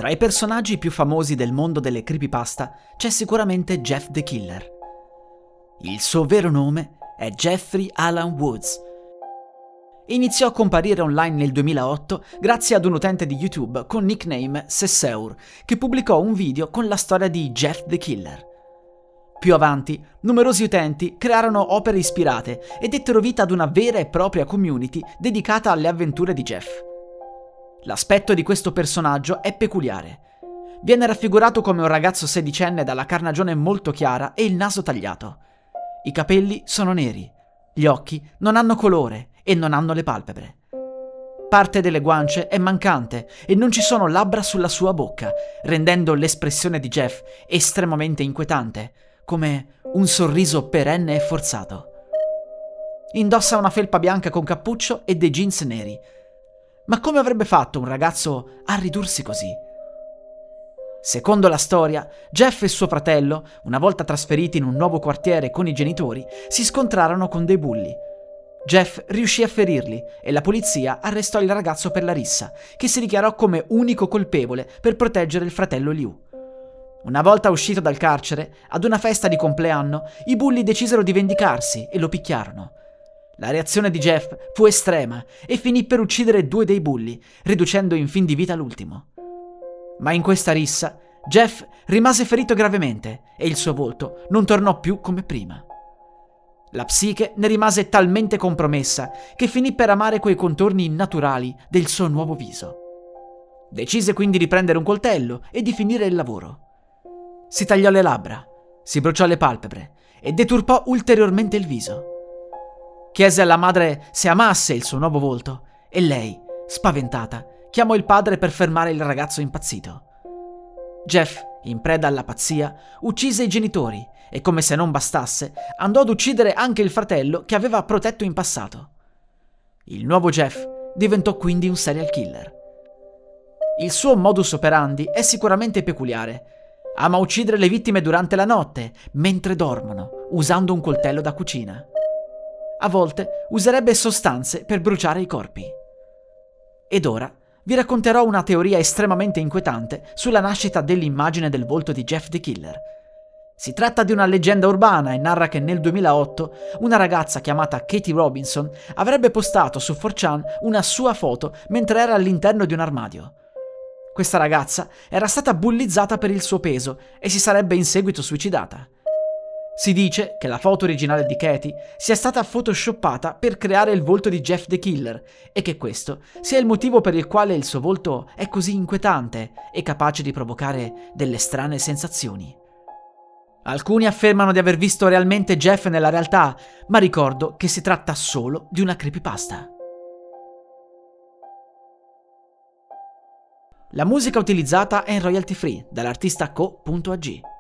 Tra i personaggi più famosi del mondo delle creepypasta c'è sicuramente Jeff the Killer. Il suo vero nome è Jeffrey Alan Woods. Iniziò a comparire online nel 2008 grazie ad un utente di YouTube con nickname Sesseur, che pubblicò un video con la storia di Jeff the Killer. Più avanti, numerosi utenti crearono opere ispirate e dettero vita ad una vera e propria community dedicata alle avventure di Jeff. L'aspetto di questo personaggio è peculiare. Viene raffigurato come un ragazzo sedicenne dalla carnagione molto chiara e il naso tagliato. I capelli sono neri, gli occhi non hanno colore e non hanno le palpebre. Parte delle guance è mancante e non ci sono labbra sulla sua bocca, rendendo l'espressione di Jeff estremamente inquietante, come un sorriso perenne e forzato. Indossa una felpa bianca con cappuccio e dei jeans neri. Ma come avrebbe fatto un ragazzo a ridursi così? Secondo la storia, Jeff e suo fratello, una volta trasferiti in un nuovo quartiere con i genitori, si scontrarono con dei bulli. Jeff riuscì a ferirli e la polizia arrestò il ragazzo per la rissa, che si dichiarò come unico colpevole per proteggere il fratello Liu. Una volta uscito dal carcere, ad una festa di compleanno, i bulli decisero di vendicarsi e lo picchiarono. La reazione di Jeff fu estrema e finì per uccidere 2 dei bulli, riducendo in fin di vita l'ultimo. Ma in questa rissa, Jeff rimase ferito gravemente e il suo volto non tornò più come prima. La psiche ne rimase talmente compromessa che finì per amare quei contorni innaturali del suo nuovo viso. Decise quindi di prendere un coltello e di finire il lavoro. Si tagliò le labbra, si bruciò le palpebre e deturpò ulteriormente il viso. Chiese alla madre se amasse il suo nuovo volto e lei, spaventata, chiamò il padre per fermare il ragazzo impazzito. Jeff, in preda alla pazzia, uccise i genitori e, come se non bastasse, andò ad uccidere anche il fratello che aveva protetto in passato. Il nuovo Jeff diventò quindi un serial killer. Il suo modus operandi è sicuramente peculiare. Ama uccidere le vittime durante la notte, mentre dormono, usando un coltello da cucina. A volte userebbe sostanze per bruciare i corpi. Ed ora vi racconterò una teoria estremamente inquietante sulla nascita dell'immagine del volto di Jeff the Killer. Si tratta di una leggenda urbana e narra che nel 2008 una ragazza chiamata Katie Robinson avrebbe postato su 4chan una sua foto mentre era all'interno di un armadio. Questa ragazza era stata bullizzata per il suo peso e si sarebbe in seguito suicidata. Si dice che la foto originale di Katie sia stata photoshoppata per creare il volto di Jeff the Killer e che questo sia il motivo per il quale il suo volto è così inquietante e capace di provocare delle strane sensazioni. Alcuni affermano di aver visto realmente Jeff nella realtà, ma ricordo che si tratta solo di una creepypasta. La musica utilizzata è in royalty free dall'artista co.ag.